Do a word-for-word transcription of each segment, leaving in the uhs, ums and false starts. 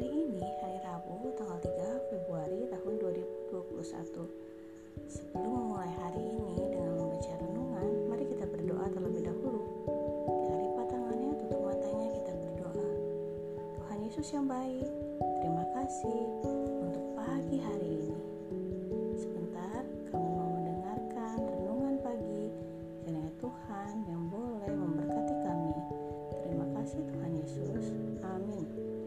ini hari Rabu tanggal tiga Februari tahun dua ribu dua puluh satu. Sebelum memulai hari ini dengan membaca renungan, mari kita berdoa terlebih dahulu. Kita lipat tangannya, tutup matanya, kita berdoa. Tuhan Yesus yang baik, terima kasih untuk pagi hari ini. Sebentar kami mau mendengarkan renungan pagi, kiranya Tuhan yang boleh memberkati kami. Terima kasih Tuhan Yesus. Amin.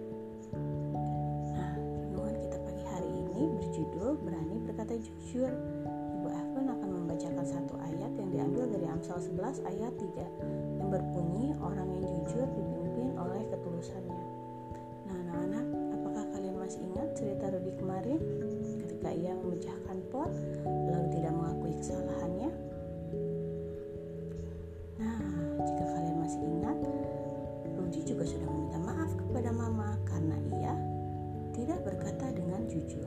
Nah, renungan kita pagi hari ini berjudul Berani Berkata Jujur. Ibu Evan akan membacakan satu ayat yang diambil dari Amsal sebelas ayat tiga yang berbunyi, orang yang jujur dipimpin oleh ketulusannya. Nah, anak-anak, apakah kalian masih ingat cerita Rudi kemarin ketika ia memecahkan pot lalu tidak mengakui kesalahannya? Nah, jika kalian masih ingat, Rudi juga sudah meminta maaf kepada mama karena ia tidak berkata dengan jujur.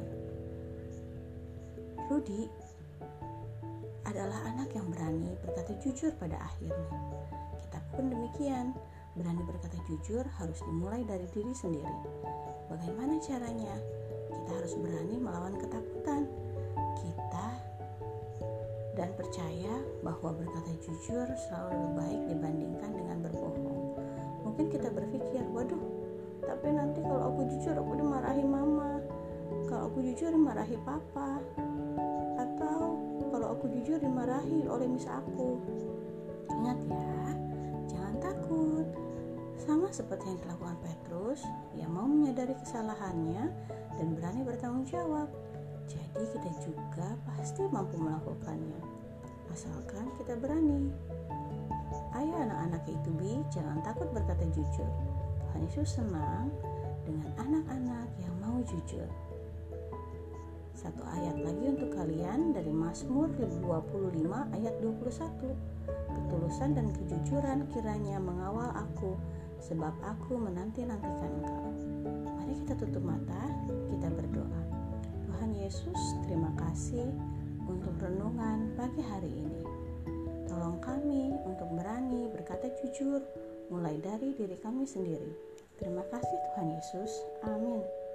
Rudi adalah anak yang berani berkata jujur pada akhirnya. Kita pun demikian, berani berkata jujur harus dimulai dari diri sendiri. Bagaimana caranya? Kita harus berani melawan ketakutan kita dan percaya bahwa berkata jujur selalu lebih baik dibandingkan dengan berbohong. Mungkin kita berpikir, waduh, tapi nanti kalau aku jujur aku dimarahi mama, kalau aku jujur dimarahi papa, atau kalau aku jujur dimarahi oleh mis aku. Ingat ya, jangan takut. Sama seperti yang dilakukan Petrus, ia mau menyadari kesalahannya dan berani bertanggung jawab. Jadi kita juga pasti mampu melakukannya, asalkan kita berani. Ayo anak-anak K two B, jangan takut berkata jujur. Tuhan Yesus senang dengan anak-anak yang mau jujur. Satu ayat lagi untuk kalian dari Mazmur dua puluh lima ayat dua puluh satu. Ketulusan dan kejujuran kiranya mengawal aku, sebab aku menanti-nantikan Engkau. Mari kita tutup mata, kita berdoa. Tuhan Yesus, terima kasih untuk renungan pagi hari ini. Tolong kami untuk berani berkata jujur mulai dari diri kami sendiri. Terima kasih Tuhan Yesus. Amin.